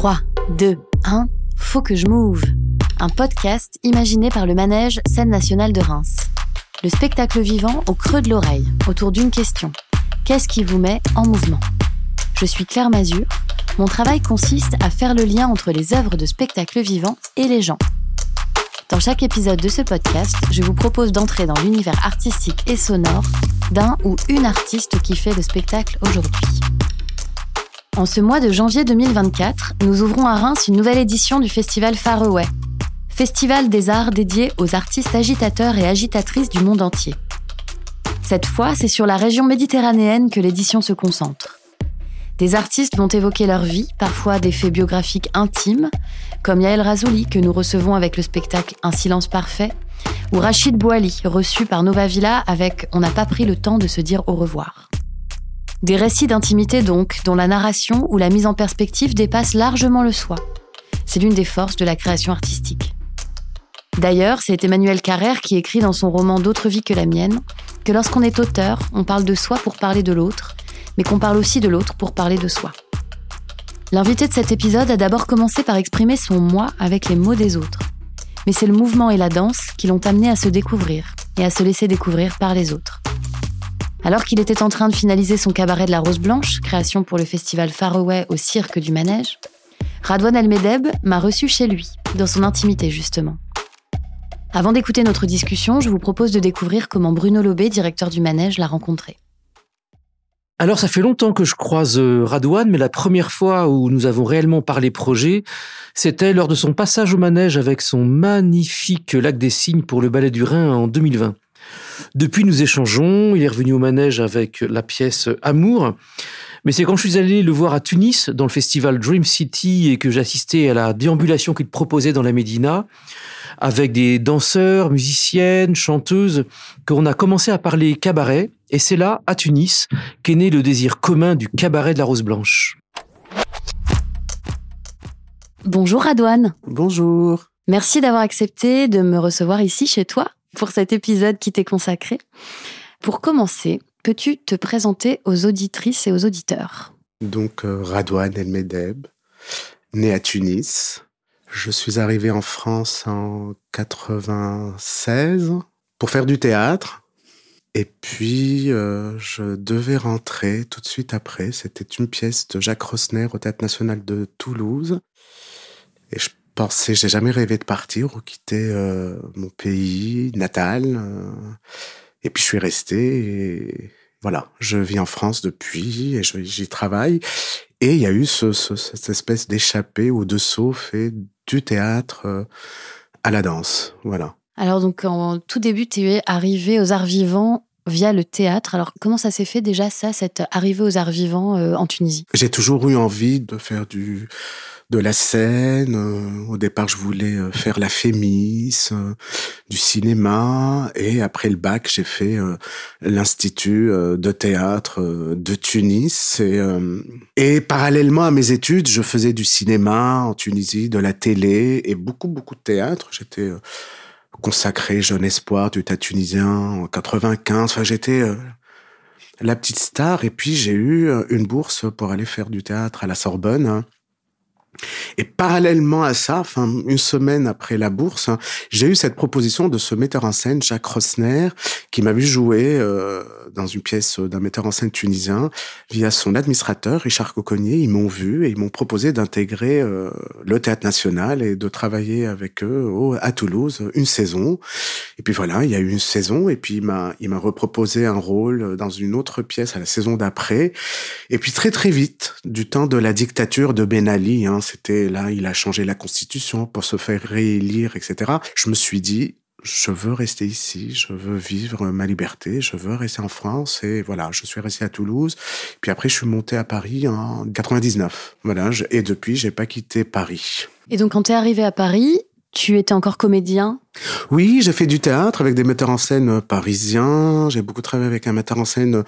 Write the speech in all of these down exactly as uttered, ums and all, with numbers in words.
trois, deux, un, faut que je move. Un podcast imaginé par le manège Scène nationale de Reims. Le spectacle vivant au creux de l'oreille, autour d'une question. Qu'est-ce qui vous met en mouvement ? Je suis Claire Mazur. Mon travail consiste à faire le lien entre les œuvres de spectacle vivant et les gens. Dans chaque épisode de ce podcast, je vous propose d'entrer dans l'univers artistique et sonore d'un ou une artiste qui fait le spectacle aujourd'hui. En ce mois de janvier deux mille vingt-quatre, nous ouvrons à Reims une nouvelle édition du festival Far Away, festival des arts dédié aux artistes agitateurs et agitatrices du monde entier. Cette fois, c'est sur la région méditerranéenne que l'édition se concentre. Des artistes vont évoquer leur vie, parfois des faits biographiques intimes, comme Yael Razouli, que nous recevons avec le spectacle Un silence parfait, ou Rachid Bouali, reçu par Nova Villa avec On n'a pas pris le temps de se dire au revoir. Des récits d'intimité donc, dont la narration ou la mise en perspective dépassent largement le soi. C'est l'une des forces de la création artistique. D'ailleurs, c'est Emmanuel Carrère qui écrit dans son roman D'autres vies que la mienne, que lorsqu'on est auteur, on parle de soi pour parler de l'autre, mais qu'on parle aussi de l'autre pour parler de soi. L'invité de cet épisode a d'abord commencé par exprimer son moi avec les mots des autres. Mais c'est le mouvement et la danse qui l'ont amené à se découvrir et à se laisser découvrir par les autres. Alors qu'il était en train de finaliser son cabaret de la Rose Blanche, création pour le festival Far Away au cirque du Manège, Radouane El Medeb m'a reçu chez lui, dans son intimité justement. Avant d'écouter notre discussion, je vous propose de découvrir comment Bruno Lobé, directeur du Manège, l'a rencontré. Alors, ça fait longtemps que je croise Radouane, mais la première fois où nous avons réellement parlé projet, c'était lors de son passage au Manège avec son magnifique Lac des Cygnes pour le Ballet du Rhin en deux mille vingt. Depuis, nous échangeons. Il est revenu au Manège avec la pièce Amour. Mais c'est quand je suis allé le voir à Tunis, dans le festival Dream City, et que j'ai assisté à la déambulation qu'il proposait dans la Médina, avec des danseurs, musiciennes, chanteuses, qu'on a commencé à parler cabaret. Et c'est là, à Tunis, qu'est né le désir commun du cabaret de la Rose Blanche. Bonjour Radouane. Bonjour. Merci d'avoir accepté de me recevoir ici chez toi pour cet épisode qui t'est consacré. Pour commencer, peux-tu te présenter aux auditrices et aux auditeurs ? Donc, euh, Radouane El Medeb, né à Tunis. Je suis arrivé en France en quatre-vingt-seize pour faire du théâtre. Et puis, euh, je devais rentrer tout de suite après. C'était une pièce de Jacques Rosner au Théâtre National de Toulouse. Et je pensais, j'ai jamais rêvé de partir ou quitter euh, mon pays natal. Euh, et puis, je suis resté et voilà. Je vis en France depuis et je, j'y travaille. Et il y a eu ce, ce, cette espèce d'échappée ou de saut fait du théâtre euh, à la danse. Voilà. Alors donc, en tout début, tu es arrivé aux arts vivants via le théâtre. Alors, comment ça s'est fait déjà, ça, cette arrivée aux arts vivants euh, en Tunisie ? J'ai toujours eu envie de faire du, de la scène. Euh, au départ, je voulais faire la Fémis, euh, du cinéma. Et après le bac, j'ai fait euh, l'Institut euh, de théâtre euh, de Tunis. Et, euh, et parallèlement à mes études, je faisais du cinéma en Tunisie, de la télé et beaucoup, beaucoup de théâtre. J'étais... Euh, consacré Jeune Espoir du théâtre tunisien en quatre-vingt-quinze. Enfin, j'étais euh, la petite star. Et puis, j'ai eu une bourse pour aller faire du théâtre à la Sorbonne. Hein. Et parallèlement à ça, enfin, une semaine après la bourse, hein, j'ai eu cette proposition de ce metteur en scène, Jacques Rosner, qui m'a vu jouer euh, dans une pièce d'un metteur en scène tunisien via son administrateur, Richard Coconnier. Ils m'ont vu et ils m'ont proposé d'intégrer euh, le Théâtre National et de travailler avec eux au, à Toulouse une saison. Et puis voilà, il y a eu une saison et puis il m'a, il m'a reproposé un rôle dans une autre pièce à la saison d'après. Et puis très très vite, du temps de la dictature de Ben Ali, hein, c'était là, il a changé la constitution pour se faire réélire, et cetera. Je me suis dit, je veux rester ici, je veux vivre ma liberté, je veux rester en France. Et voilà, je suis resté à Toulouse. Puis après, je suis monté à Paris en quatre-vingt-dix-neuf. Voilà, je, et depuis, j'ai pas quitté Paris. Et donc, quand tu es arrivé à Paris, tu étais encore comédien ? Oui, j'ai fait du théâtre avec des metteurs en scène parisiens. J'ai beaucoup travaillé avec un metteur en scène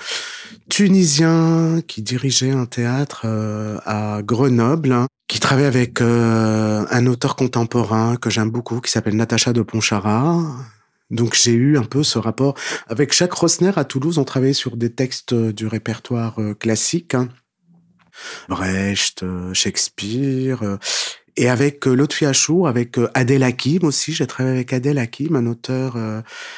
tunisien qui dirigeait un théâtre euh, à Grenoble, qui travaille avec euh, un auteur contemporain que j'aime beaucoup, qui s'appelle Natacha de Ponchara. Donc j'ai eu un peu ce rapport avec Jacques Rosner à Toulouse. On travaillait sur des textes du répertoire euh, classique. Hein. Brecht, Shakespeare. Et avec Lotfi Achour, avec Adel Hakim aussi. J'ai travaillé avec Adel Hakim, un auteur euh,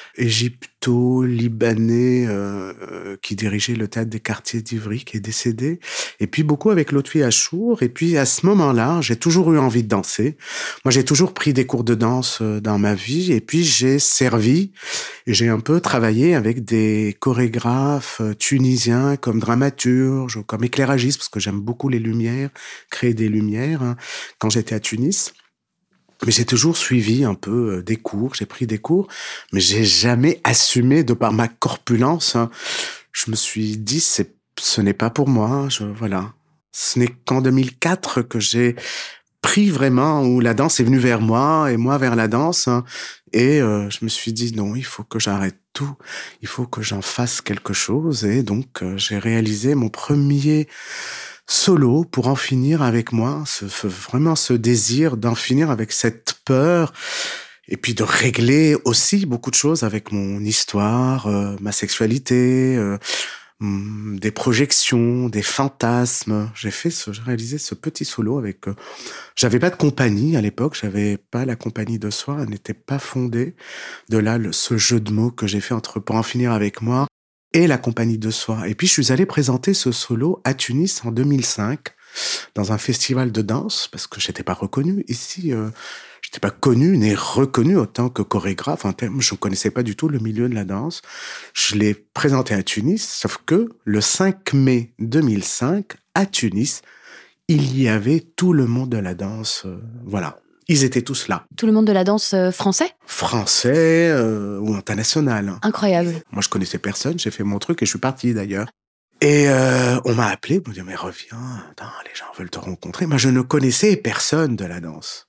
égypto-libanais euh, euh, qui dirigeait le théâtre des Quartiers d'Ivry, qui est décédé. Et puis beaucoup avec Lotfi Achour. Et puis à ce moment-là, j'ai toujours eu envie de danser. Moi, j'ai toujours pris des cours de danse dans ma vie. Et puis j'ai servi et j'ai un peu travaillé avec des chorégraphes tunisiens comme dramaturges, comme éclairagistes, parce que j'aime beaucoup les lumières, créer des lumières. Hein, quand j'étais à Tunis. Mais j'ai toujours suivi un peu des cours, j'ai pris des cours, mais j'ai jamais assumé de par ma corpulence. Hein. Je me suis dit, c'est, ce n'est pas pour moi. Je, voilà. Ce n'est qu'en deux mille quatre que j'ai pris vraiment, où la danse est venue vers moi et moi vers la danse. Hein. Et euh, je me suis dit, non, il faut que j'arrête tout. Il faut que j'en fasse quelque chose. Et donc, euh, j'ai réalisé mon premier solo pour en finir avec moi, ce, ce, vraiment ce désir d'en finir avec cette peur et puis de régler aussi beaucoup de choses avec mon histoire, euh, ma sexualité, euh, des projections, des fantasmes. J'ai fait ce, j'ai réalisé ce petit solo avec. Euh, j'avais pas de compagnie à l'époque, j'avais pas la compagnie de soi, elle n'était pas fondée. De là, le, ce jeu de mots que j'ai fait entre pour en finir avec moi et la compagnie de soi. Et puis, je suis allé présenter ce solo à Tunis en deux mille cinq, dans un festival de danse, parce que j'étais pas reconnu. Ici, euh, j'étais pas connu, ni reconnu autant que chorégraphe. En termes, je ne connaissais pas du tout le milieu de la danse. Je l'ai présenté à Tunis, sauf que le cinq mai deux mille cinq, à Tunis, il y avait tout le monde de la danse. Euh, voilà. Ils étaient tous là. Tout le monde de la danse euh, français ? Français euh, ou international. Incroyable. Moi, je connaissais personne, j'ai fait mon truc et je suis parti d'ailleurs. Et euh, on m'a appelé pour me dire, mais reviens, attends, les gens veulent te rencontrer. Moi, je ne connaissais personne de la danse.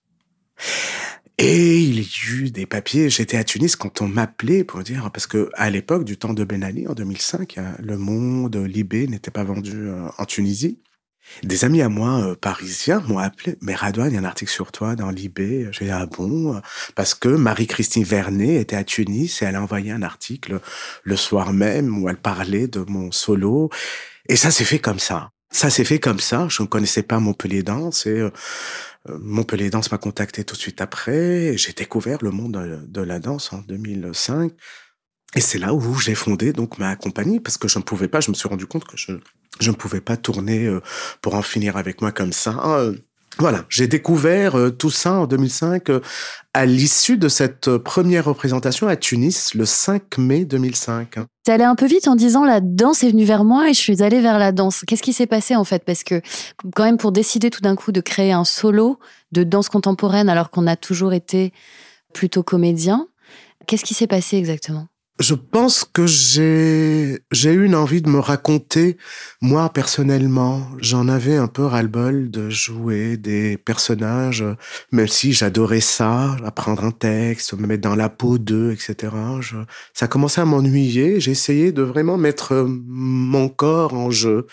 Et il y a eu des papiers, j'étais à Tunis quand on m'appelait pour me dire, parce que à l'époque du temps de Ben Ali, en deux mille cinq, Le Monde, Libé n'était pas vendu en Tunisie. Des amis à moi euh, parisiens m'ont appelé, mais Radouane, il y a un article sur toi dans Libé. J'ai dit, ah bon? Parce que Marie-Christine Vernet était à Tunis et elle a envoyé un article le soir même où elle parlait de mon solo. Et ça s'est fait comme ça. Ça s'est fait comme ça. Je ne connaissais pas Montpellier Danse et euh, Montpellier Danse m'a contacté tout de suite après. Et j'ai découvert le monde de, de la danse en deux mille cinq. Et c'est là où j'ai fondé donc ma compagnie, parce que je ne pouvais pas, je me suis rendu compte que je, je ne pouvais pas tourner euh, pour en finir avec moi comme ça. Euh, voilà, j'ai découvert euh, tout ça en deux mille cinq, euh, à l'issue de cette première représentation à Tunis, le cinq mai deux mille cinq. T'es allé un peu vite en disant la danse est venue vers moi et je suis allée vers la danse. Qu'est-ce qui s'est passé en fait ? Parce que quand même pour décider tout d'un coup de créer un solo de danse contemporaine alors qu'on a toujours été plutôt comédien, qu'est-ce qui s'est passé exactement ? Je pense que j'ai j'ai eu une envie de me raconter, moi personnellement. J'en avais un peu ras-le-bol de jouer des personnages, même si j'adorais ça, apprendre un texte, me mettre dans la peau d'eux, et cetera. Je, ça commençait à m'ennuyer. J'ai essayé de vraiment mettre mon corps en jeu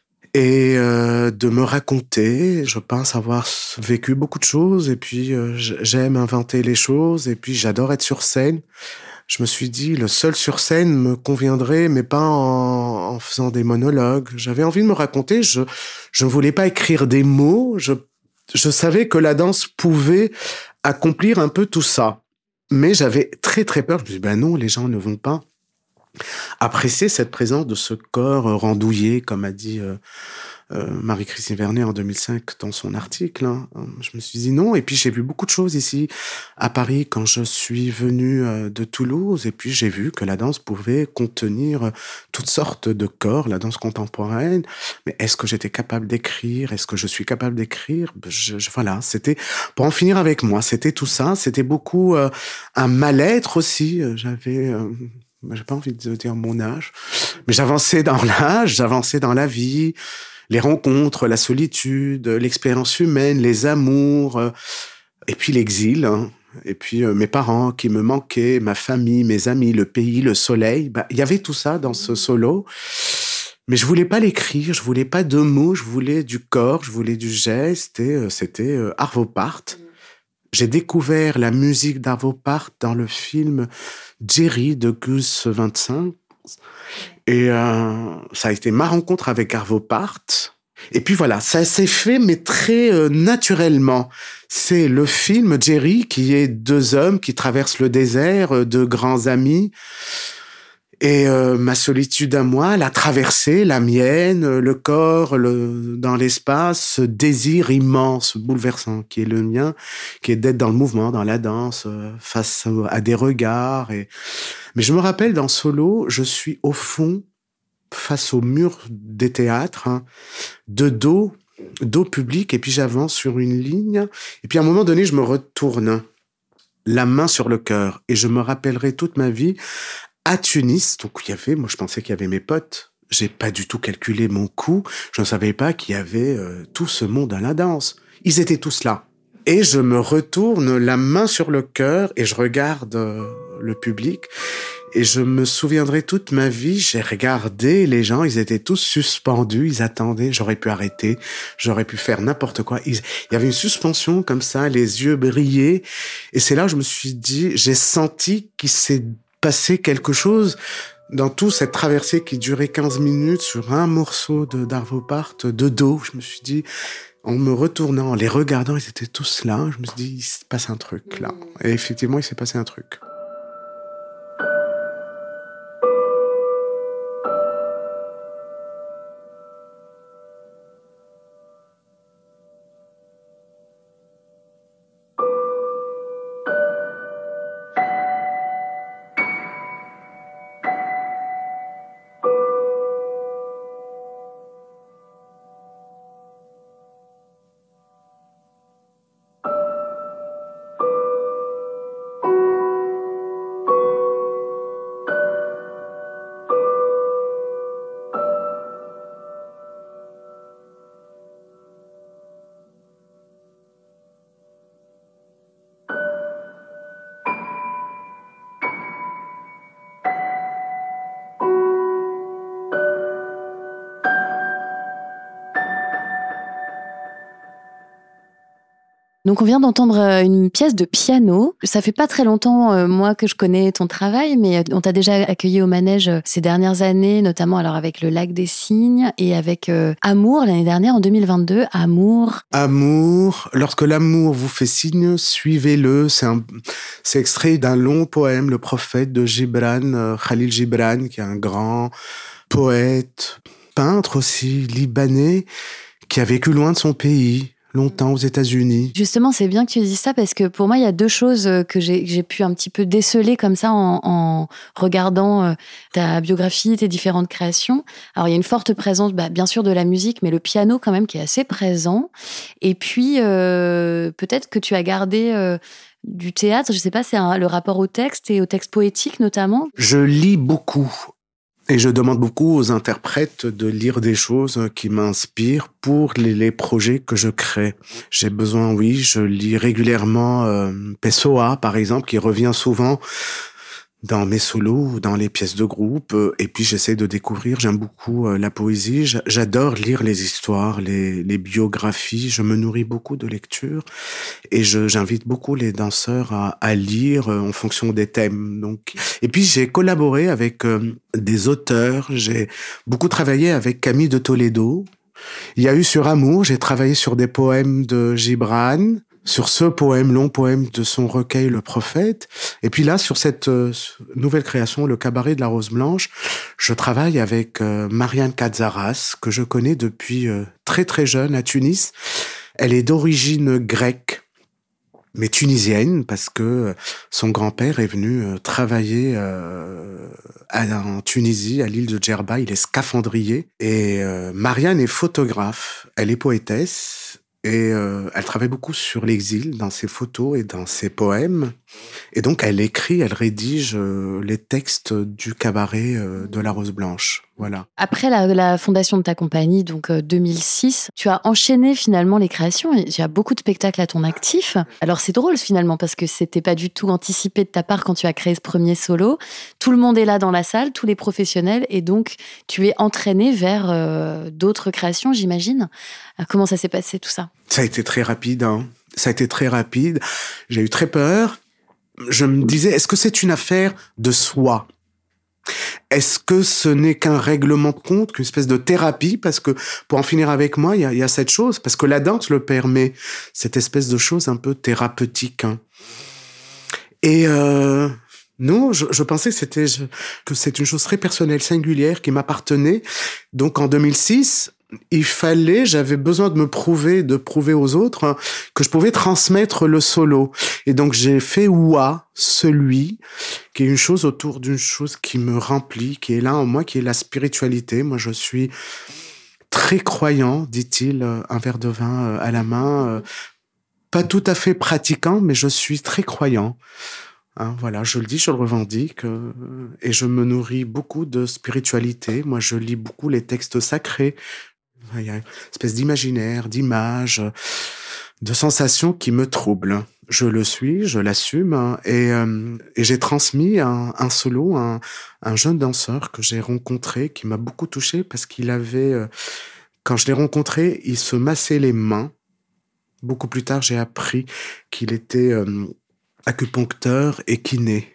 et euh, de me raconter. Je pense avoir vécu beaucoup de choses et puis euh, j'aime inventer les choses et puis j'adore être sur scène. Je me suis dit, le seul sur scène me conviendrait, mais pas en, en faisant des monologues. J'avais envie de me raconter. Je, je ne voulais pas écrire des mots. Je, je savais que la danse pouvait accomplir un peu tout ça. Mais j'avais très, très peur. Je me suis dit, ben non, les gens ne vont pas apprécier cette présence de ce corps rendouillé, comme a dit euh, euh, Marie-Christine Vernet en deux mille cinq dans son article. Hein. Je me suis dit non. Et puis j'ai vu beaucoup de choses ici à Paris quand je suis venu euh, de Toulouse. Et puis j'ai vu que la danse pouvait contenir toutes sortes de corps, la danse contemporaine. Mais est-ce que j'étais capable d'écrire ? Est-ce que je suis capable d'écrire ? je, je, Voilà, c'était pour en finir avec moi. C'était tout ça. C'était beaucoup euh, un mal-être aussi. J'avais... Euh, J'ai pas envie de dire mon âge, mais j'avançais dans l'âge, j'avançais dans la vie, les rencontres, la solitude, l'expérience humaine, les amours, euh, et puis l'exil, hein, et puis euh, mes parents qui me manquaient, ma famille, mes amis, le pays, le soleil. Bah, il y avait tout ça dans ce solo, mais je voulais pas l'écrire, je voulais pas de mots, je voulais du corps, je voulais du geste, et euh, c'était euh, Arvo Pärt. J'ai découvert la musique d'Arvo Pärt dans le film Jerry de Gus vingt-cinq. Et euh, ça a été ma rencontre avec Arvo Pärt. Et puis voilà, ça s'est fait, mais très euh, naturellement. C'est le film Jerry, qui est deux hommes qui traversent le désert, euh, deux grands amis. Et euh, ma solitude à moi, la traversée, la mienne, le corps le, dans l'espace, ce désir immense, bouleversant qui est le mien, qui est d'être dans le mouvement, dans la danse, euh, face à des regards. Et... Mais je me rappelle, dans Solo, je suis au fond, face au mur des théâtres, hein, de dos, dos public, et puis j'avance sur une ligne. Et puis à un moment donné, je me retourne, la main sur le cœur, et je me rappellerai toute ma vie à Tunis, donc il y avait, moi je pensais qu'il y avait mes potes. J'ai pas du tout calculé mon coût. Je ne savais pas qu'il y avait euh, tout ce monde à la danse. Ils étaient tous là. Et je me retourne la main sur le cœur et je regarde euh, le public. Et je me souviendrai toute ma vie, j'ai regardé les gens, ils étaient tous suspendus, ils attendaient, j'aurais pu arrêter, j'aurais pu faire n'importe quoi. Ils, il y avait une suspension comme ça, les yeux brillaient. Et c'est là où je me suis dit, j'ai senti qu'il s'est passé quelque chose dans toute cette traversée qui durait quinze minutes sur un morceau de d'Arvo Pärt de dos. Je me suis dit, en me retournant, en les regardant, ils étaient tous là. Je me suis dit, il se passe un truc là. Et effectivement, il s'est passé un truc. Donc on vient d'entendre une pièce de piano. Ça fait pas très longtemps, euh, moi, que je connais ton travail, mais on t'a déjà accueilli au manège ces dernières années, notamment alors avec le Lac des Cygnes et avec euh, Amour l'année dernière, en deux mille vingt-deux. Amour. Amour. Lorsque l'amour vous fait signe, suivez-le. C'est un, c'est extrait d'un long poème, Le Prophète de Gibran, euh, Khalil Gibran, qui est un grand poète, peintre aussi, libanais, qui a vécu loin de son pays. Longtemps aux États-Unis. Justement, c'est bien que tu dises ça parce que pour moi, il y a deux choses que j'ai, que j'ai pu un petit peu déceler comme ça en, en regardant ta biographie, tes différentes créations. Alors, il y a une forte présence, bah, bien sûr, de la musique, mais le piano quand même qui est assez présent. Et puis, euh, peut-être que tu as gardé euh, du théâtre, je sais pas, c'est un, le rapport au texte et au texte poétique notamment. Je lis beaucoup. Et je demande beaucoup aux interprètes de lire des choses qui m'inspirent pour les, les projets que je crée. J'ai besoin, oui, je lis régulièrement euh, Pessoa, par exemple, qui revient souvent dans mes solos ou dans les pièces de groupe. Et puis, j'essaie de découvrir, j'aime beaucoup euh, la poésie. J'adore lire les histoires, les, les biographies. Je me nourris beaucoup de lecture. Et je, j'invite beaucoup les danseurs à, à lire euh, en fonction des thèmes. Donc, et puis, j'ai collaboré avec euh, des auteurs. J'ai beaucoup travaillé avec Camille de Toledo. Il y a eu sur Amour, j'ai travaillé sur des poèmes de Gibran, sur ce poème, long poème de son recueil Le Prophète. Et puis là, sur cette euh, nouvelle création, Le Cabaret de la Rose Blanche, je travaille avec euh, Marianne Katsaras, que je connais depuis euh, très très jeune à Tunis. Elle est d'origine grecque, mais tunisienne, parce que son grand-père est venu euh, travailler euh, à, en Tunisie, à l'île de Djerba. Il est scaphandrier. Et euh, Marianne est photographe, elle est poétesse. Et euh, elle travaille beaucoup sur l'exil dans ses photos et dans ses poèmes. Et donc, elle écrit, elle rédige euh, les textes du cabaret euh, de la Rose Blanche. Voilà. Après la, la fondation de ta compagnie, donc euh, deux mille six, tu as enchaîné finalement les créations. Il y a beaucoup de spectacles à ton actif. Alors, c'est drôle finalement parce que c'était pas du tout anticipé de ta part quand tu as créé ce premier solo. Tout le monde est là dans la salle, tous les professionnels. Et donc, tu es entraîné vers euh, d'autres créations, j'imagine. Comment ça s'est passé tout ça ? Ça a été très rapide, hein. Ça a été très rapide. J'ai eu très peur. Je me disais, est-ce que c'est une affaire de soi ? Est-ce que ce n'est qu'un règlement de compte, qu'une espèce de thérapie? Parce que, pour en finir avec moi, il y a, il y a cette chose, parce que la danse le permet, cette espèce de chose un peu thérapeutique. Hein. Et euh, non, je, je pensais que c'était que c'est une chose très personnelle, singulière, qui m'appartenait. Donc en deux mille six, il fallait, j'avais besoin de me prouver, de prouver aux autres hein, que je pouvais transmettre le solo. Et donc j'ai fait Oua, celui, qui est une chose autour d'une chose qui me remplit, qui est là en moi, qui est la spiritualité. Moi, je suis très croyant, dit-il, un verre de vin à la main. Pas tout à fait pratiquant, mais je suis très croyant. Hein, voilà, je le dis, je le revendique, euh, et je me nourris beaucoup de spiritualité. Moi, je lis beaucoup les textes sacrés. Il y a une espèce d'imaginaire, d'image, de sensations qui me troublent. Je le suis, je l'assume, hein, et, euh, et j'ai transmis un, un solo, un, un jeune danseur que j'ai rencontré, qui m'a beaucoup touché parce qu'il avait, euh, quand je l'ai rencontré, il se massait les mains. Beaucoup plus tard, j'ai appris qu'il était euh, acupuncteur et kiné.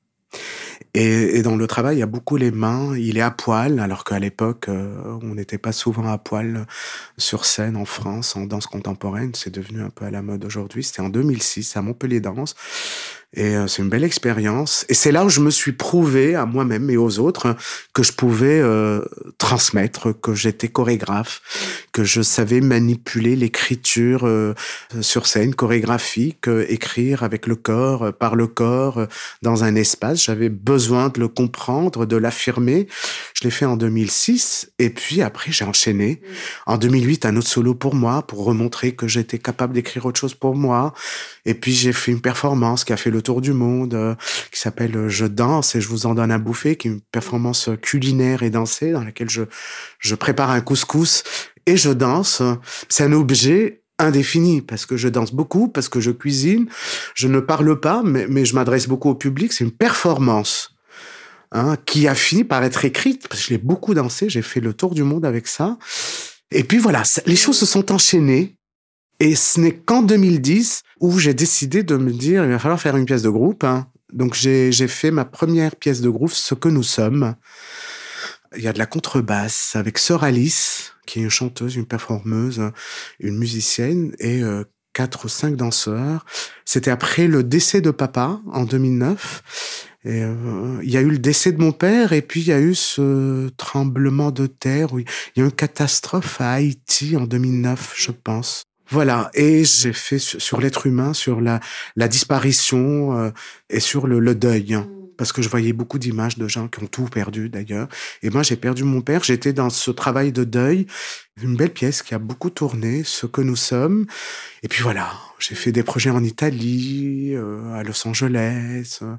Et, et dans le travail, il y a beaucoup les mains. Il est à poil, alors qu'à l'époque, euh, on n'était pas souvent à poil sur scène en France, en danse contemporaine. C'est devenu un peu à la mode aujourd'hui. C'était en deux mille six, à Montpellier Danse. Et euh, c'est une belle expérience. Et c'est là où je me suis prouvé à moi-même et aux autres que je pouvais euh, transmettre, que j'étais chorégraphe, que je savais manipuler l'écriture euh, sur scène, chorégraphique, euh, écrire avec le corps, euh, par le corps, euh, dans un espace. J'avais besoin de le comprendre, de l'affirmer. Je l'ai fait en deux mille six. Et puis après, j'ai enchaîné. En deux mille huit, un autre solo pour moi, pour remontrer que j'étais capable d'écrire autre chose pour moi. Et puis, j'ai fait une performance qui a fait le tour du monde, euh, qui s'appelle « Je danse et je vous en donne à bouffer », qui est une performance culinaire et dansée dans laquelle je, je prépare un couscous et je danse. C'est un objet indéfini parce que je danse beaucoup, parce que je cuisine. Je ne parle pas, mais, mais je m'adresse beaucoup au public. C'est une performance hein, qui a fini par être écrite parce que je l'ai beaucoup dansé. J'ai fait le tour du monde avec ça. Et puis voilà, les choses se sont enchaînées. Et ce n'est qu'en deux mille dix où j'ai décidé de me dire il va falloir faire une pièce de groupe. Hein. Donc j'ai, j'ai fait ma première pièce de groupe, Ce que nous sommes. Il y a de la contrebasse avec Sœur Alice, qui est une chanteuse, une performeuse, une musicienne, et euh, quatre ou cinq danseurs. C'était après le décès de papa en deux mille neuf. Et euh, il y a eu le décès de mon père, et puis il y a eu ce tremblement de terre. Où il y a eu une catastrophe à Haïti en deux mille neuf, je pense. Voilà, et j'ai fait sur, sur l'être humain, sur la, la disparition euh, et sur le, le deuil, hein, parce que je voyais beaucoup d'images de gens qui ont tout perdu d'ailleurs. Et moi, j'ai perdu mon père, j'étais dans ce travail de deuil, une belle pièce qui a beaucoup tourné, Ce que nous sommes. Et puis voilà, j'ai fait des projets en Italie, euh, à Los Angeles. Euh,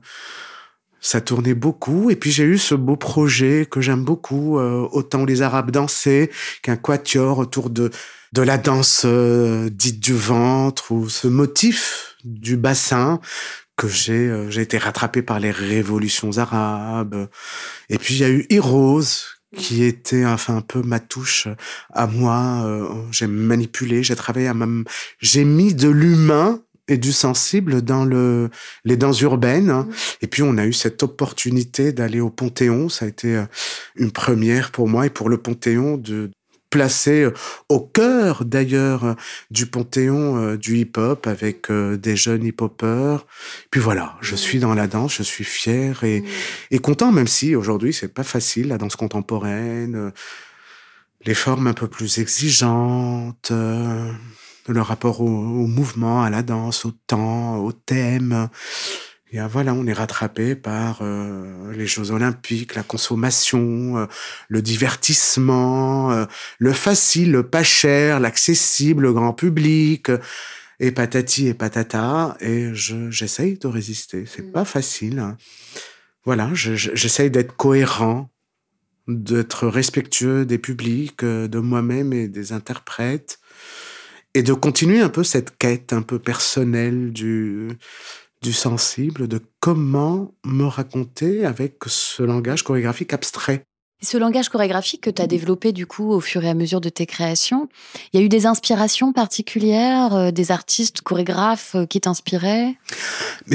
ça tournait beaucoup. Et puis j'ai eu ce beau projet que j'aime beaucoup, euh, Autant les Arabes dansaient, qu'un quatuor autour de de la danse euh, dite du ventre, ou ce motif du bassin que j'ai euh, j'ai été rattrapé par les révolutions arabes. Et puis il y a eu Heroes, qui était enfin un peu ma touche à moi. Euh, j'ai manipulé, j'ai travaillé à ma... j'ai mis de l'humain et du sensible dans le les danses urbaines. Mmh. Et puis on a eu cette opportunité d'aller au Panthéon. Ça a été une première pour moi et pour le Panthéon de placé au cœur d'ailleurs du panthéon euh, du hip-hop avec euh, des jeunes hip-hopeurs. Puis voilà, je suis dans la danse, je suis fier et, mmh. et content, même si aujourd'hui c'est pas facile, la danse contemporaine, euh, les formes un peu plus exigeantes, euh, le rapport au, au mouvement, à la danse, au temps, au thème. Et voilà, on est rattrapé par euh, les Jeux Olympiques, la consommation, euh, le divertissement, euh, le facile, le pas cher, l'accessible, le grand public, euh, et patati et patata. Et je, j'essaye de résister. C'est pas facile. Hein. Voilà, je, je, j'essaye d'être cohérent, d'être respectueux des publics, euh, de moi-même et des interprètes, et de continuer un peu cette quête un peu personnelle du... du sensible, de comment me raconter avec ce langage chorégraphique abstrait. Ce langage chorégraphique que tu as développé du coup au fur et à mesure de tes créations, il y a eu des inspirations particulières, euh, des artistes chorégraphes euh, qui t'inspiraient ?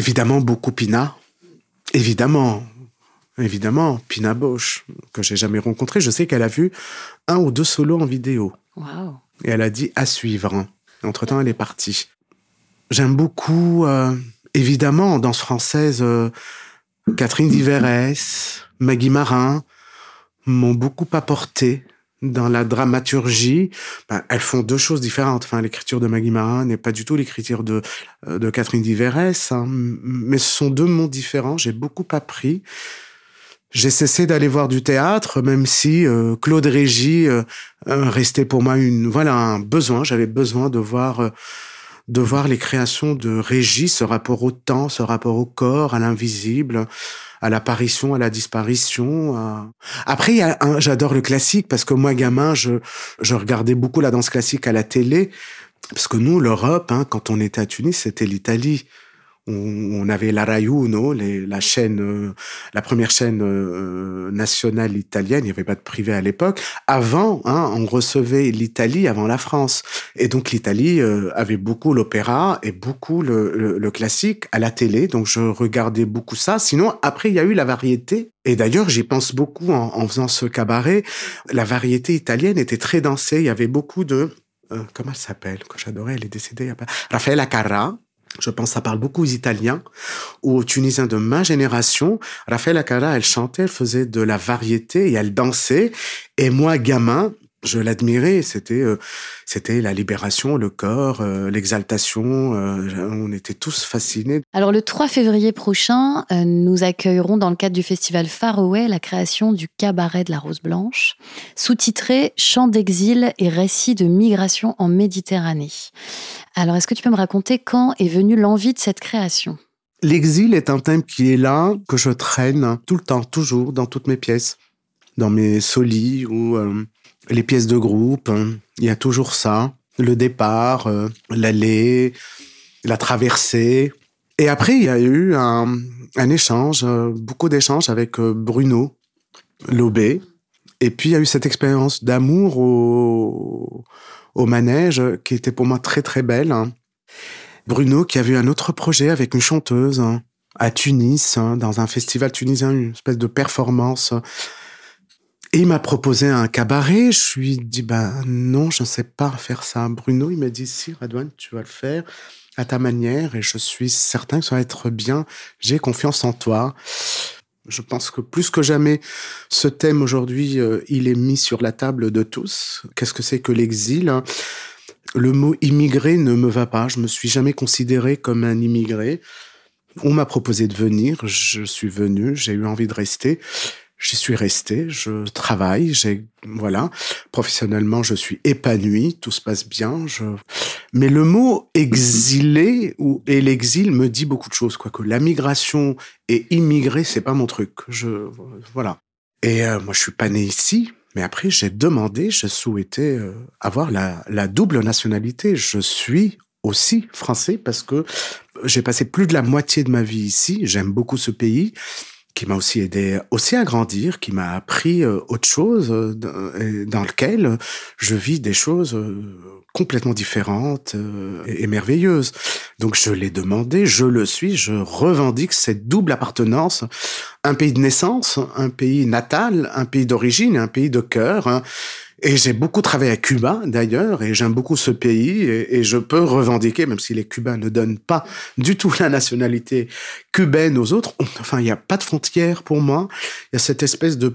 Évidemment, beaucoup Pina. Évidemment. évidemment, Pina Bausch, que j'ai jamais rencontrée. Je sais qu'elle a vu un ou deux solos en vidéo. Wow. Et elle a dit à suivre. Entre-temps, elle est partie. J'aime beaucoup, euh, évidemment, en danse française, euh, Catherine Diverès, Maggie Marin m'ont beaucoup apporté dans la dramaturgie. Ben, elles font deux choses différentes. Enfin, l'écriture de Maggie Marin n'est pas du tout l'écriture de, de Catherine Diverès, hein, mais ce sont deux mondes différents. J'ai beaucoup appris. J'ai cessé d'aller voir du théâtre, même si euh, Claude Régis euh, restait pour moi une, voilà, un besoin. J'avais besoin de voir, euh, de voir les créations de Régis, ce rapport au temps, ce rapport au corps, à l'invisible, à l'apparition, à la disparition. À... Après, il y a un, j'adore le classique parce que moi, gamin, je, je regardais beaucoup la danse classique à la télé. Parce que nous, l'Europe, hein, quand on était à Tunis, c'était l'Italie. On avait la Rai Uno, les, la chaîne, euh, la première chaîne euh, nationale italienne. Il n'y avait pas de privé à l'époque. Avant, hein, on recevait l'Italie avant la France. Et donc l'Italie euh, avait beaucoup l'opéra et beaucoup le, le, le classique à la télé. Donc je regardais beaucoup ça. Sinon, après, il y a eu la variété. Et d'ailleurs, j'y pense beaucoup en, en faisant ce cabaret. La variété italienne était très dansée. Il y avait beaucoup de... Euh, comment elle s'appelle? Que j'adorais, elle est décédée. Il y a pas... Raffaella Carrà. Je pense que ça parle beaucoup aux Italiens ou aux Tunisiens de ma génération. Raffaella Carrà, elle chantait, elle faisait de la variété et elle dansait. Et moi, gamin, je l'admirais. C'était, euh, c'était la libération, le corps, euh, l'exaltation. Euh, on était tous fascinés. Alors, le trois février prochain, euh, nous accueillerons dans le cadre du festival Faroé la création du Cabaret de la Rose Blanche, sous-titré « Chants d'exil et récits de migration en Méditerranée ». Alors, est-ce que tu peux me raconter quand est venue l'envie de cette création ? L'exil est un thème qui est là, que je traîne tout le temps, toujours, dans toutes mes pièces. Dans mes solis ou euh, les pièces de groupe, hein, il y a toujours ça. Le départ, euh, l'aller, la traversée. Et après, il y a eu un, un échange, euh, beaucoup d'échanges avec euh, Bruno Lobé. Et puis, il y a eu cette expérience d'amour au... au manège, qui était pour moi très très belle. Bruno, qui avait un autre projet avec une chanteuse hein, à Tunis, hein, dans un festival tunisien, une espèce de performance. Et il m'a proposé un cabaret. Je lui ai dit, ben non, je ne sais pas faire ça. Bruno, il m'a dit, si, Radouane, tu vas le faire à ta manière et je suis certain que ça va être bien. J'ai confiance en toi. Je pense que plus que jamais, ce thème aujourd'hui, euh, il est mis sur la table de tous. Qu'est-ce que c'est que l'exil ? Le mot immigré ne me va pas. Je me suis jamais considéré comme un immigré. On m'a proposé de venir. Je suis venu. J'ai eu envie de rester. J'y suis resté. Je travaille. J'ai, voilà. Professionnellement, je suis épanoui. Tout se passe bien. Je... Mais le mot exilé ou et l'exil me dit beaucoup de choses. Quoique la migration et immigré, c'est pas mon truc. Je, voilà. Et euh, moi, je suis pas né ici. Mais après, j'ai demandé, je souhaitais euh, avoir la, la double nationalité. Je suis aussi français parce que j'ai passé plus de la moitié de ma vie ici. J'aime beaucoup ce pays qui m'a aussi aidé aussi à grandir, qui m'a appris euh, autre chose, euh, dans lequel je vis des choses euh, complètement différentes euh, et, et merveilleuses. Donc je l'ai demandé, je le suis, je revendique cette double appartenance, un pays de naissance, un pays natal, un pays d'origine, un pays de cœur. Hein. Et j'ai beaucoup travaillé à Cuba, d'ailleurs, et j'aime beaucoup ce pays, et, et je peux revendiquer, même si les Cubains ne donnent pas du tout la nationalité cubaine aux autres, enfin, il n'y a pas de frontière pour moi, il y a cette espèce de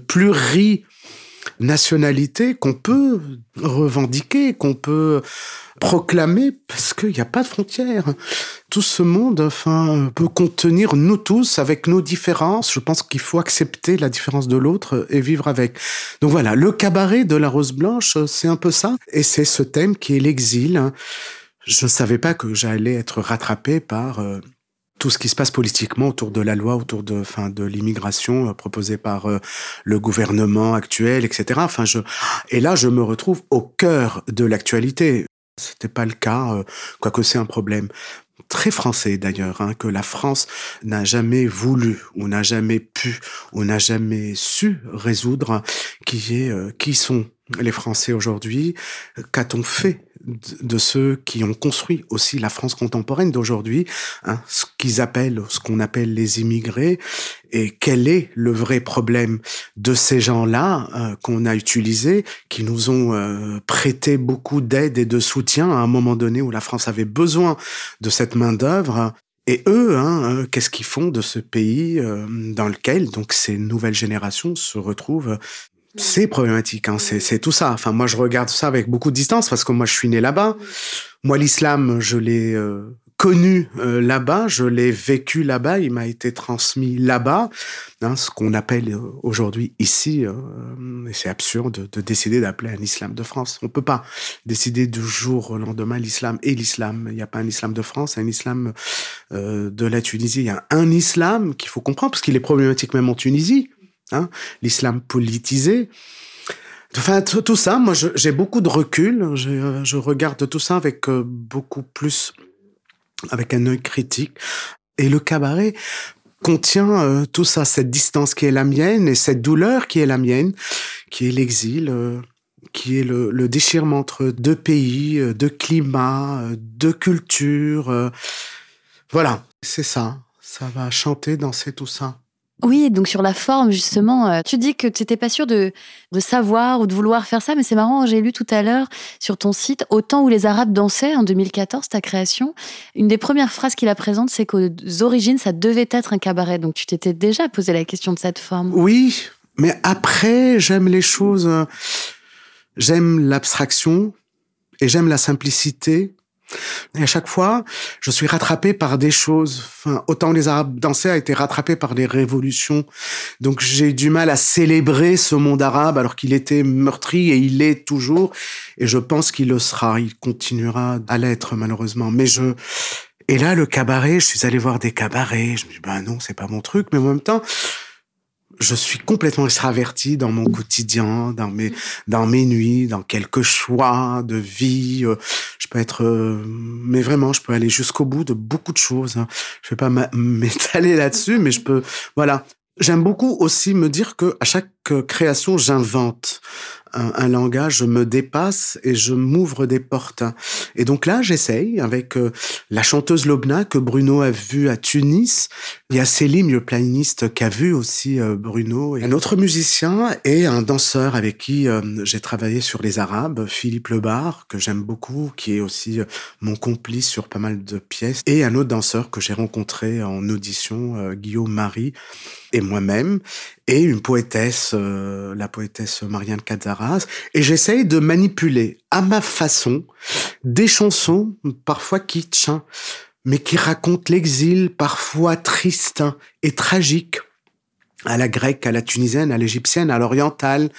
plurinationalité qu'on peut revendiquer, qu'on peut proclamer, parce qu'il n'y a pas de frontières. Tout ce monde, enfin, peut contenir nous tous avec nos différences. Je pense qu'il faut accepter la différence de l'autre et vivre avec. Donc voilà, le cabaret de la Rose Blanche, c'est un peu ça. Et c'est ce thème qui est l'exil. Je ne savais pas que j'allais être rattrapé par euh, tout ce qui se passe politiquement autour de la loi, autour de, enfin, de l'immigration euh, proposée par euh, le gouvernement actuel, et cetera. Enfin, je... Et là, je me retrouve au cœur de l'actualité. C'était pas le cas, euh, quoique c'est un problème très français d'ailleurs, hein, que la France n'a jamais voulu, ou n'a jamais pu, ou n'a jamais su résoudre, qui est euh, qui sont les Français aujourd'hui? Qu'a-t-on fait de ceux qui ont construit aussi la France contemporaine d'aujourd'hui, hein, ce qu'ils appellent, ce qu'on appelle les immigrés, et quel est le vrai problème de ces gens-là euh, qu'on a utilisés, qui nous ont euh, prêté beaucoup d'aide et de soutien à un moment donné où la France avait besoin de cette main-d'œuvre. Et eux, hein, euh, qu'est-ce qu'ils font de ce pays euh, dans lequel donc ces nouvelles générations se retrouvent? C'est problématique, hein, c'est, c'est tout ça. Enfin, moi, je regarde ça avec beaucoup de distance parce que moi, je suis né là-bas. Moi, l'islam, je l'ai euh, connu euh, là-bas, je l'ai vécu là-bas, il m'a été transmis là-bas. Hein, ce qu'on appelle euh, aujourd'hui ici, euh, et c'est absurde de, de décider d'appeler un islam de France. On peut pas décider du jour au lendemain l'islam et l'islam. Il n'y a pas un islam de France, un islam euh, de la Tunisie. Il y a un islam qu'il faut comprendre parce qu'il est problématique même en Tunisie. Hein, l'islam politisé. Enfin, tout, tout ça, moi, je, j'ai beaucoup de recul. Je, je regarde tout ça avec euh, beaucoup plus, avec un œil critique. Et le cabaret contient euh, tout ça, cette distance qui est la mienne et cette douleur qui est la mienne, qui est l'exil, euh, qui est le, le déchirement entre deux pays, euh, deux climats, euh, deux cultures. Euh, voilà, c'est ça. Ça va chanter, danser, tout ça. Oui, donc sur la forme, justement, euh, tu dis que tu n'étais pas sûre de, de savoir ou de vouloir faire ça, mais c'est marrant, j'ai lu tout à l'heure sur ton site, Au temps où les Arabes dansaient, en deux mille quatorze, ta création, une des premières phrases qu'il la présente, c'est qu'aux origines, ça devait être un cabaret. Donc tu t'étais déjà posé la question de cette forme. Oui, mais après, j'aime les choses, euh, j'aime l'abstraction et j'aime la simplicité. Et à chaque fois, je suis rattrapé par des choses. Enfin, autant les Arabes dansaient a été rattrapé par des révolutions. Donc j'ai du mal à célébrer ce monde arabe alors qu'il était meurtri et il l'est toujours. Et je pense qu'il le sera. Il continuera à l'être malheureusement. Mais je et là le cabaret, je suis allé voir des cabarets. Je me dis ben non, c'est pas mon truc. Mais en même temps, je suis complètement extraverti dans mon quotidien, dans mes, dans mes nuits, dans quelques choix de vie. Je peux être, mais vraiment, je peux aller jusqu'au bout de beaucoup de choses. Je vais pas m'étaler là-dessus, mais je peux, voilà. J'aime beaucoup aussi me dire que à chaque création, j'invente un, un langage, je me dépasse et je m'ouvre des portes. Et donc là, j'essaye avec euh, la chanteuse Lobna que Bruno a vue à Tunis. Il y a Célim, le pianiste, qui a vu aussi euh, Bruno. Et un autre musicien et un danseur avec qui euh, j'ai travaillé sur les Arabes, Philippe Lebar, que j'aime beaucoup, qui est aussi euh, mon complice sur pas mal de pièces. Et un autre danseur que j'ai rencontré en audition, euh, Guillaume Marie, et moi-même, et une poétesse, euh, la poétesse Marianne Catzaras, et j'essaye de manipuler à ma façon des chansons parfois kitsch, hein, mais qui racontent l'exil parfois triste et tragique, à la grecque, à la tunisienne, à l'égyptienne, à l'orientale,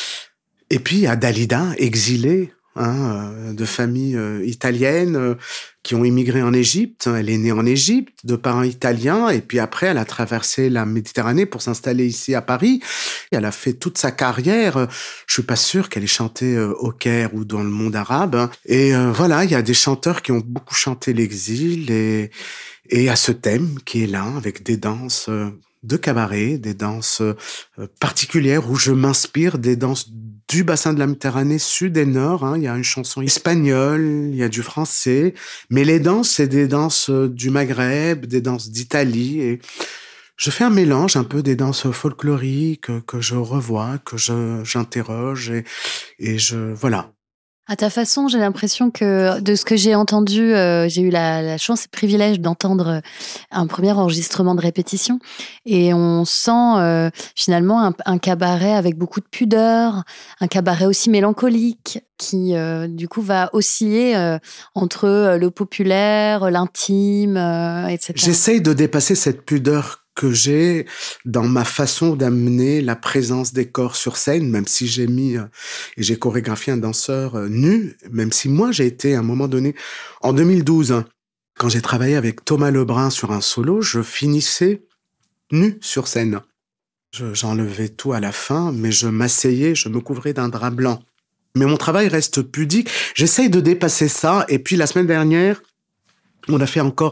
et puis à Dalida, exilée, hein, de familles euh, italiennes euh, qui ont immigré en Égypte. Elle est née en Égypte, de parents italiens, et puis après, elle a traversé la Méditerranée pour s'installer ici à Paris. Elle a fait toute sa carrière. Je suis pas sûr qu'elle ait chanté euh, au Caire ou dans le monde arabe. Et euh, voilà, il y a des chanteurs qui ont beaucoup chanté l'exil et, et à ce thème qui est là, avec des danses euh, de cabaret, des danses euh, particulières où je m'inspire des danses du bassin de la Méditerranée sud et nord. Hein. Il y a une chanson espagnole, il y a du français, mais les danses, c'est des danses du Maghreb, des danses d'Italie. Et je fais un mélange un peu des danses folkloriques que, que je revois, que je, j'interroge et, et je, voilà. À ta façon, j'ai l'impression que de ce que j'ai entendu, euh, j'ai eu la, la chance et le privilège d'entendre un premier enregistrement de répétition et on sent euh, finalement un, un cabaret avec beaucoup de pudeur, un cabaret aussi mélancolique qui euh, du coup va osciller euh, entre le populaire, l'intime, euh, et cetera. J'essaye de dépasser cette pudeur que j'ai dans ma façon d'amener la présence des corps sur scène, même si j'ai mis euh, et j'ai chorégraphié un danseur euh, nu, même si moi j'ai été à un moment donné, en deux mille douze, hein, quand j'ai travaillé avec Thomas Lebrun sur un solo, je finissais nu sur scène. Je, j'enlevais tout à la fin, mais je m'asseyais, je me couvrais d'un drap blanc. Mais mon travail reste pudique. J'essaye de dépasser ça. Et puis la semaine dernière, on a fait encore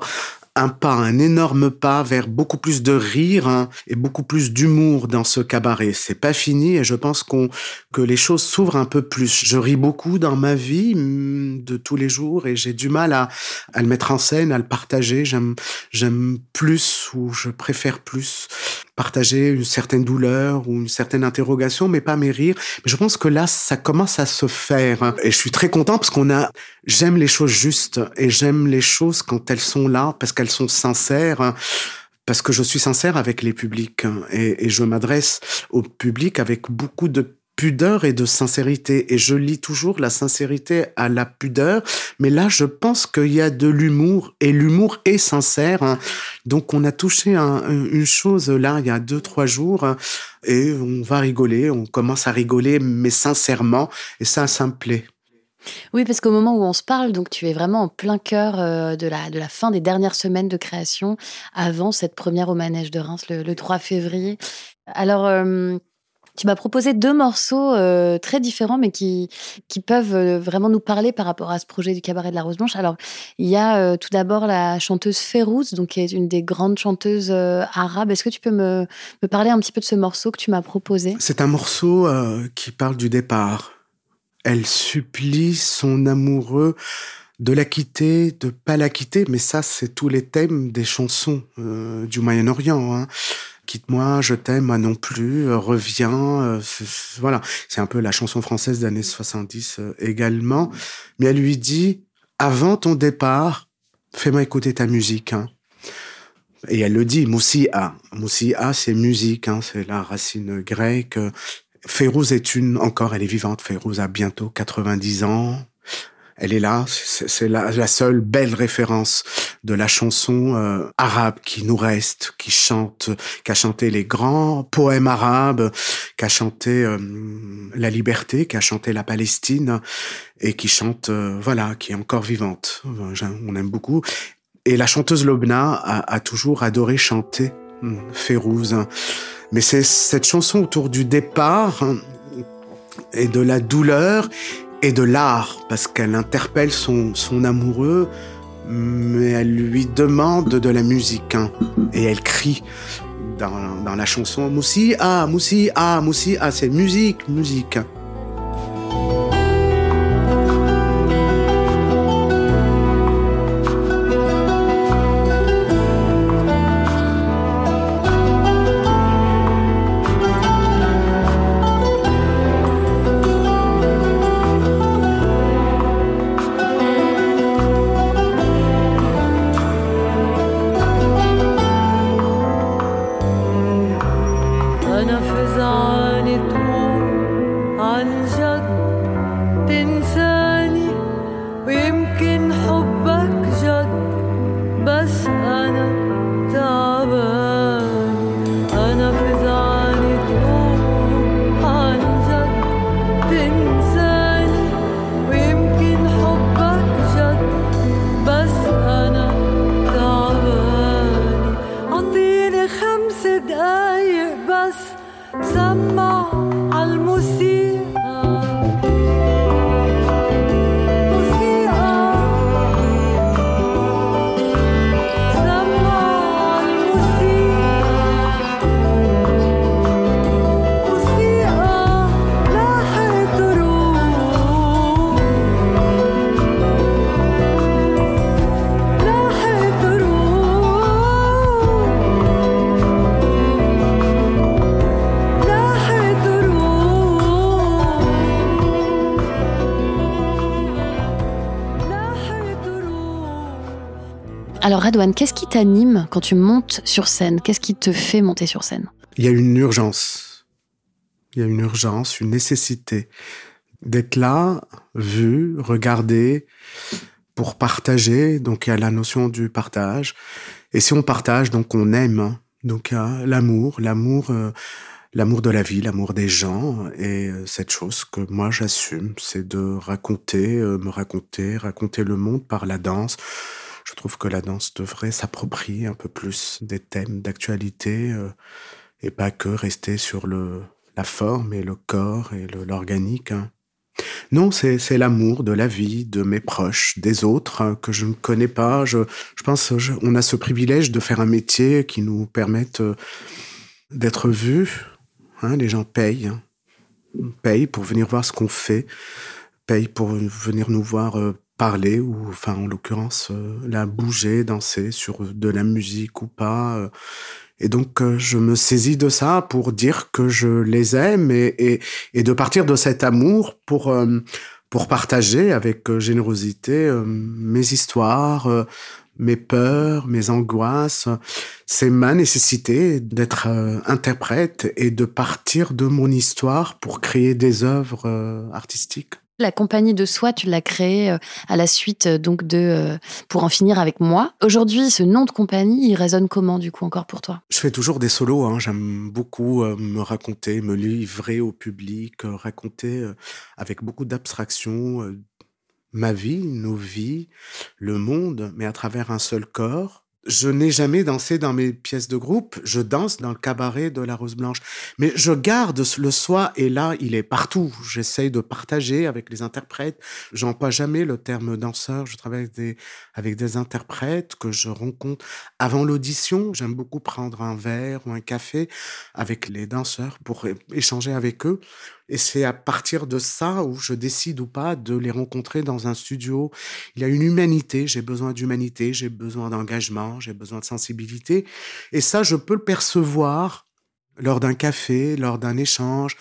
un pas, un énorme pas vers beaucoup plus de rire hein, et beaucoup plus d'humour dans ce cabaret. C'est pas fini et je pense qu'on, que les choses s'ouvrent un peu plus. Je ris beaucoup dans ma vie de tous les jours et j'ai du mal à, à le mettre en scène, à le partager. J'aime, j'aime plus ou je préfère plus partager une certaine douleur ou une certaine interrogation, mais pas mes rires. Mais je pense que là, ça commence à se faire. Hein. Et je suis très content parce qu'on a, j'aime les choses justes et j'aime les choses quand elles sont là, parce qu'elles sont sincères. Hein. Parce que je suis sincère avec les publics hein, et, et je m'adresse au public avec beaucoup de pudeur et de sincérité. Et je lis toujours la sincérité à la pudeur. Mais là, je pense qu'il y a de l'humour et l'humour est sincère. Hein. Donc, on a touché un, une chose là, il y a deux, trois jours hein, et on va rigoler. On commence à rigoler, mais sincèrement. Et ça, ça me plaît. Oui, parce qu'au moment où on se parle, donc tu es vraiment en plein cœur euh, de, la, de la fin des dernières semaines de création, avant cette première au Manège de Reims, le, le trois février. Alors, euh, tu m'as proposé deux morceaux euh, très différents, mais qui, qui peuvent euh, vraiment nous parler par rapport à ce projet du Cabaret de la Rose Blanche. Alors, il y a euh, tout d'abord la chanteuse Fayrouz, donc, qui est une des grandes chanteuses euh, arabes. Est-ce que tu peux me, me parler un petit peu de ce morceau que tu m'as proposé ? C'est un morceau euh, qui parle du départ. Elle supplie son amoureux de la quitter, de pas la quitter, mais ça, c'est tous les thèmes des chansons euh, du Moyen-Orient. Hein. Quitte-moi, je t'aime, moi non plus, euh, reviens. Euh, c'est, c'est, voilà, c'est un peu la chanson française des années soixante-dix euh, également. Mais elle lui dit, avant ton départ, fais-moi écouter ta musique. Hein. Et elle le dit, Moussia. Moussia, c'est musique, hein, c'est la racine grecque. Fayrouz est une, encore, elle est vivante. Fayrouz a bientôt quatre-vingt-dix ans. Elle est là, c'est, c'est la, la seule belle référence de la chanson euh, arabe qui nous reste, qui chante, qui a chanté les grands poèmes arabes, qui a chanté euh, la liberté, qui a chanté la Palestine, et qui chante, euh, voilà, qui est encore vivante. On aime beaucoup. Et la chanteuse Lobna a, a toujours adoré chanter hum, Fayrouz. Mais c'est cette chanson autour du départ hein, et de la douleur et de l'art, parce qu'elle interpelle son, son amoureux, mais elle lui demande de la musique. Hein, et elle crie dans, dans la chanson « Moussi, ah, Moussi, ah, Moussi, ah », c'est musique, musique. Alors Radouane, qu'est-ce qui t'anime quand tu montes sur scène ? Qu'est-ce qui te fait monter sur scène ? Il y a une urgence. Il y a une urgence, une nécessité d'être là, vu, regardé, pour partager. Donc il y a la notion du partage. Et si on partage, donc on aime. Donc il y a l'amour, l'amour, euh, l'amour de la vie, l'amour des gens. Et cette chose que moi j'assume, c'est de raconter, euh, me raconter, raconter le monde par la danse. Je trouve que la danse devrait s'approprier un peu plus des thèmes d'actualité euh, et pas que rester sur le, la forme et le corps et le, l'organique. Hein. Non, c'est, c'est l'amour de la vie, de mes proches, des autres hein, que je ne connais pas. Je, je pense je, on a ce privilège de faire un métier qui nous permette euh, d'être vus. Hein, les gens payent, hein, payent pour venir voir ce qu'on fait, payent pour venir nous voir euh, parler ou, enfin, en l'occurrence, euh, la bouger, danser sur de la musique ou pas. Euh, Et donc, euh, je me saisis de ça pour dire que je les aime et, et, et de partir de cet amour pour, euh, pour partager avec euh, générosité euh, mes histoires, euh, mes peurs, mes angoisses. C'est ma nécessité d'être euh, interprète et de partir de mon histoire pour créer des œuvres euh, artistiques. La compagnie de soi, tu l'as créée à la suite donc de euh, Pour en finir avec moi. Aujourd'hui, ce nom de compagnie, il résonne comment du coup encore pour toi ? Je fais toujours des solos, hein. J'aime beaucoup euh, me raconter, me livrer au public, euh, raconter euh, avec beaucoup d'abstraction euh, ma vie, nos vies, le monde, mais à travers un seul corps. Je n'ai jamais dansé dans mes pièces de groupe, je danse dans le cabaret de la Rose Blanche. Mais je garde le soi et là, il est partout. J'essaye de partager avec les interprètes. J'emploie jamais le terme danseur. Je travaille avec des, avec des interprètes que je rencontre avant l'audition. J'aime beaucoup prendre un verre ou un café avec les danseurs pour échanger avec eux. Et c'est à partir de ça où je décide ou pas de les rencontrer dans un studio. Il y a une humanité, j'ai besoin d'humanité, j'ai besoin d'engagement, j'ai besoin de sensibilité. Et ça, je peux le percevoir lors d'un café, lors d'un échange.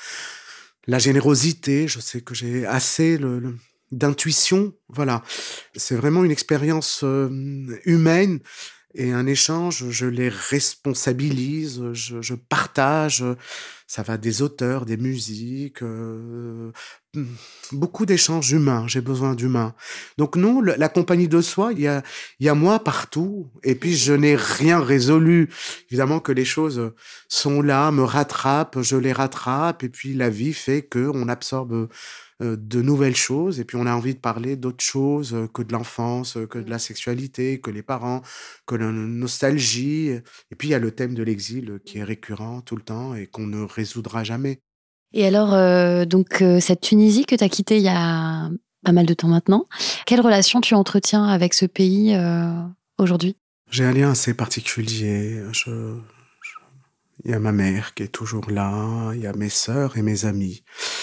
La générosité, je sais que j'ai assez le, le, d'intuition. Voilà, c'est vraiment une expérience euh, humaine. Et un échange, je les responsabilise, je, je partage, ça va des auteurs, des musiques, euh, beaucoup d'échanges humains, j'ai besoin d'humains. Donc non, le, la compagnie de soi, il y a, il y a moi partout, et puis je n'ai rien résolu. Évidemment que les choses sont là, me rattrapent, je les rattrape, et puis la vie fait qu'on absorbe de nouvelles choses, et puis on a envie de parler d'autres choses que de l'enfance, que de la sexualité, que les parents, que la nostalgie. Et puis il y a le thème de l'exil qui est récurrent tout le temps et qu'on ne résoudra jamais. Et alors, euh, donc euh, cette Tunisie que tu as quittée il y a pas mal de temps maintenant, quelle relation tu entretiens avec ce pays euh, aujourd'hui ? J'ai un lien assez particulier. Je, je... Il y a ma mère qui est toujours là, il y a mes sœurs et mes amis.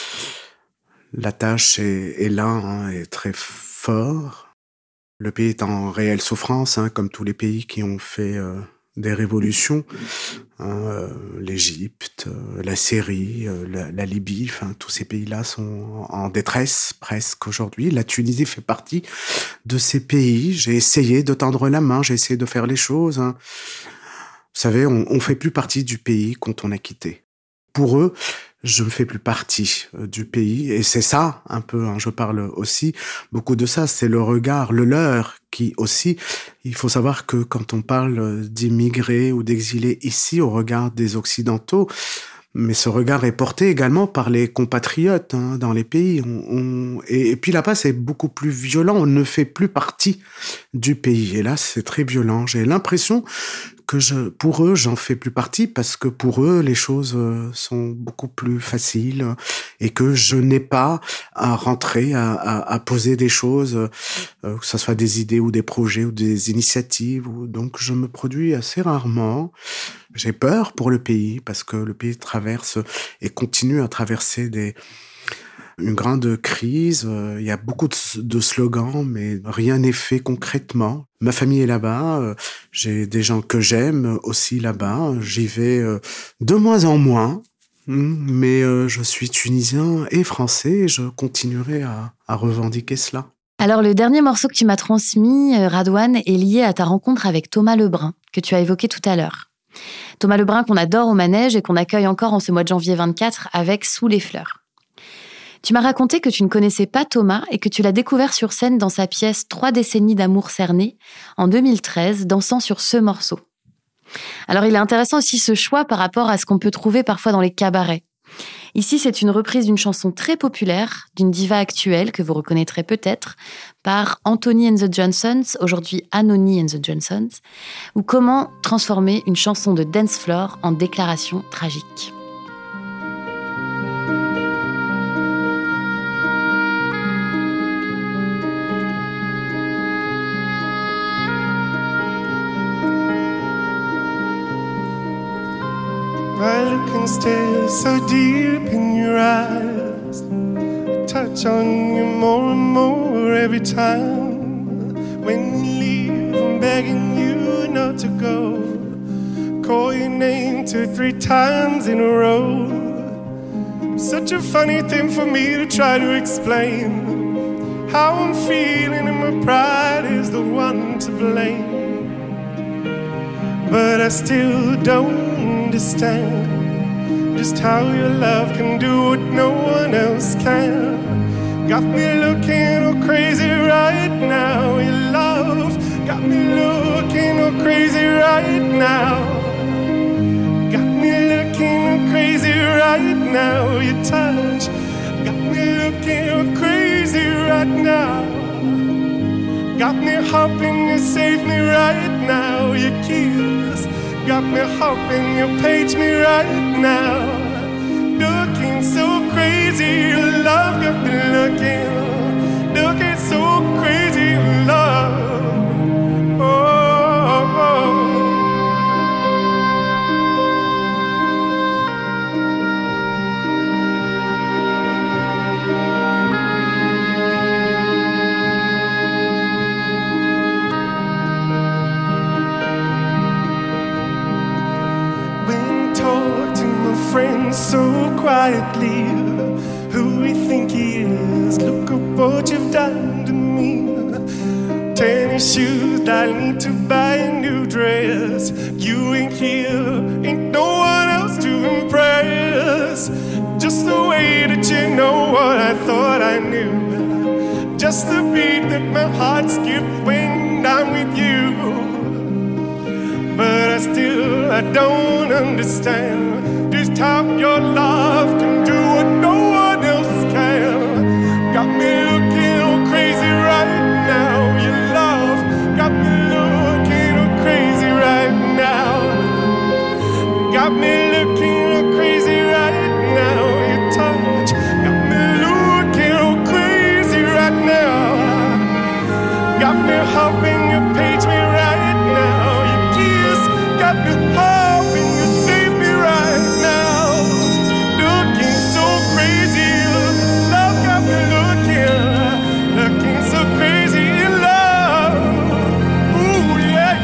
La tâche est, est là, hein, est très fort. Le pays est en réelle souffrance, hein, comme tous les pays qui ont fait euh, des révolutions. Hein, euh, L'Égypte, euh, la Syrie, euh, la, la Libye, enfin tous ces pays-là sont en détresse presque aujourd'hui. La Tunisie fait partie de ces pays. J'ai essayé de tendre la main, j'ai essayé de faire les choses. Hein. Vous savez, on ne fait plus partie du pays quand on a quitté. Pour eux, je ne fais plus partie du pays. Et c'est ça, un peu, hein, je parle aussi beaucoup de ça, c'est le regard, le leur, qui aussi, il faut savoir que quand on parle d'immigrés ou d'exilés ici, au regard des Occidentaux, mais ce regard est porté également par les compatriotes hein, dans les pays. On, on... Et, et puis là-bas, c'est beaucoup plus violent. On ne fait plus partie du pays. Et là, c'est très violent. J'ai l'impression que je, pour eux, j'en fais plus partie parce que pour eux, les choses sont beaucoup plus faciles et que je n'ai pas à rentrer, à, à, à poser des choses, euh, que ce soit des idées ou des projets ou des initiatives. Donc, je me produis assez rarement. J'ai peur pour le pays parce que le pays traverse et continue à traverser des, une grande crise. Il y a beaucoup de slogans, mais rien n'est fait concrètement. Ma famille est là-bas. J'ai des gens que j'aime aussi là-bas. J'y vais de moins en moins. Mais je suis tunisien et français et je continuerai à, à revendiquer cela. Alors, le dernier morceau que tu m'as transmis, Radouane, est lié à ta rencontre avec Thomas Lebrun, que tu as évoqué tout à l'heure. Thomas Lebrun qu'on adore au manège et qu'on accueille encore en ce mois de janvier vingt-quatre avec Sous les fleurs. Tu m'as raconté que tu ne connaissais pas Thomas et que tu l'as découvert sur scène dans sa pièce « Trois décennies d'amour cerné » en deux mille treize, dansant sur ce morceau. Alors, il est intéressant aussi ce choix par rapport à ce qu'on peut trouver parfois dans les cabarets. Ici, c'est une reprise d'une chanson très populaire, d'une diva actuelle que vous reconnaîtrez peut-être, par Anthony and the Johnsons, aujourd'hui Anony and the Johnsons, ou comment transformer une chanson de dance floor en déclaration tragique. I look and stare so deep in your eyes, touch on you more and more every time. When you leave, I'm begging you not to go. Call your name two, three times in a row. Such a funny thing for me to try to explain how I'm feeling, and my pride is the one to blame. But I still don't understand just how your love can do what no one else can. Got me looking all crazy right now. Your love got me looking all crazy right now. Got me looking all crazy right now. Your touch got me looking all crazy right now. Got me hoping you save me right now. Your kiss got me hoping you page me right now. Looking so crazy, your love got me looking, looking so crazy, your love. Oh, oh, oh. Friends so quietly, who we think he is. Look at what you've done to me. Tennis shoes, I need to buy a new dress. You ain't here, ain't no one else to impress. Just the way that you know what I thought I knew. Just the beat that my heart skips when I'm with you. But I still, I don't understand just how your love can do what no one else can. Got me looking all crazy right now. Your love got me looking all crazy right now. Got me looking all crazy right now. Your touch got me looking all crazy right now. Got me hoping you page me right now. Your kiss got me hoping you save me right now. Looking so crazy, love got me looking, looking so crazy in love. Ooh, yeah,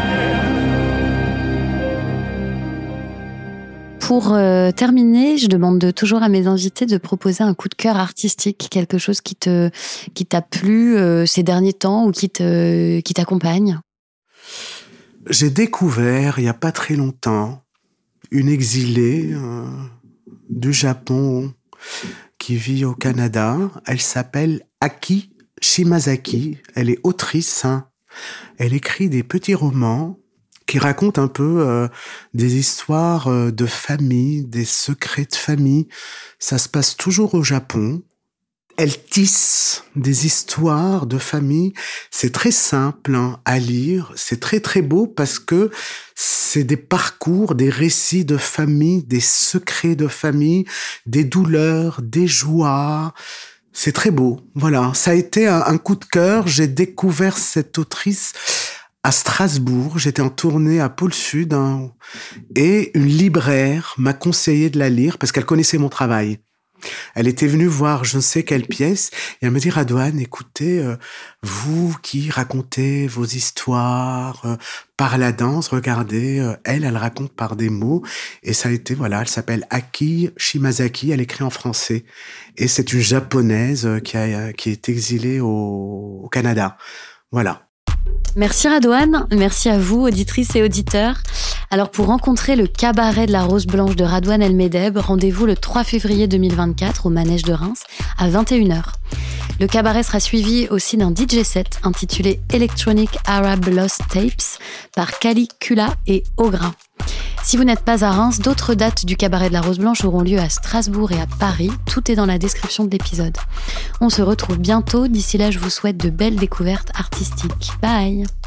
yeah. Pour euh, terminer, je demande de, toujours à mes invités de proposer un coup de cœur artistique, quelque chose qui te, qui t'a plu euh, ces derniers temps ou qui te, qui t'accompagne. J'ai découvert, il n'y a pas très longtemps, une exilée euh, du Japon qui vit au Canada. Elle s'appelle Aki Shimazaki. Elle est autrice. Hein. Elle écrit des petits romans qui racontent un peu euh, des histoires euh, de famille, des secrets de famille. Ça se passe toujours au Japon. Elle tisse des histoires de famille. C'est très simple hein, à lire. C'est très très beau parce que c'est des parcours, des récits de famille, des secrets de famille, des douleurs, des joies. C'est très beau. Voilà, ça a été un, un coup de cœur. J'ai découvert cette autrice à Strasbourg. J'étais en tournée à Pôle Sud hein, et une libraire m'a conseillé de la lire parce qu'elle connaissait mon travail. Elle était venue voir je ne sais quelle pièce et elle me dit « Radouane, écoutez, euh, vous qui racontez vos histoires euh, par la danse, regardez, euh, elle, elle raconte par des mots. » Et ça a été, voilà, elle s'appelle Aki Shimazaki, elle écrit en français. Et c'est une japonaise euh, qui, a, qui est exilée au, au Canada. Voilà. Merci Radouane, merci à vous, auditrices et auditeurs. Alors pour rencontrer le cabaret de la Rose Blanche de Radouane El Medeb, rendez-vous le trois février deux mille vingt-quatre au Manège de Reims à vingt et une heures. Le cabaret sera suivi aussi d'un D J set intitulé Electronic Arab Lost Tapes par Kali Kula et Ogra. Si vous n'êtes pas à Reims, d'autres dates du cabaret de la Rose Blanche auront lieu à Strasbourg et à Paris. Tout est dans la description de l'épisode. On se retrouve bientôt. D'ici là, je vous souhaite de belles découvertes artistiques. Bye!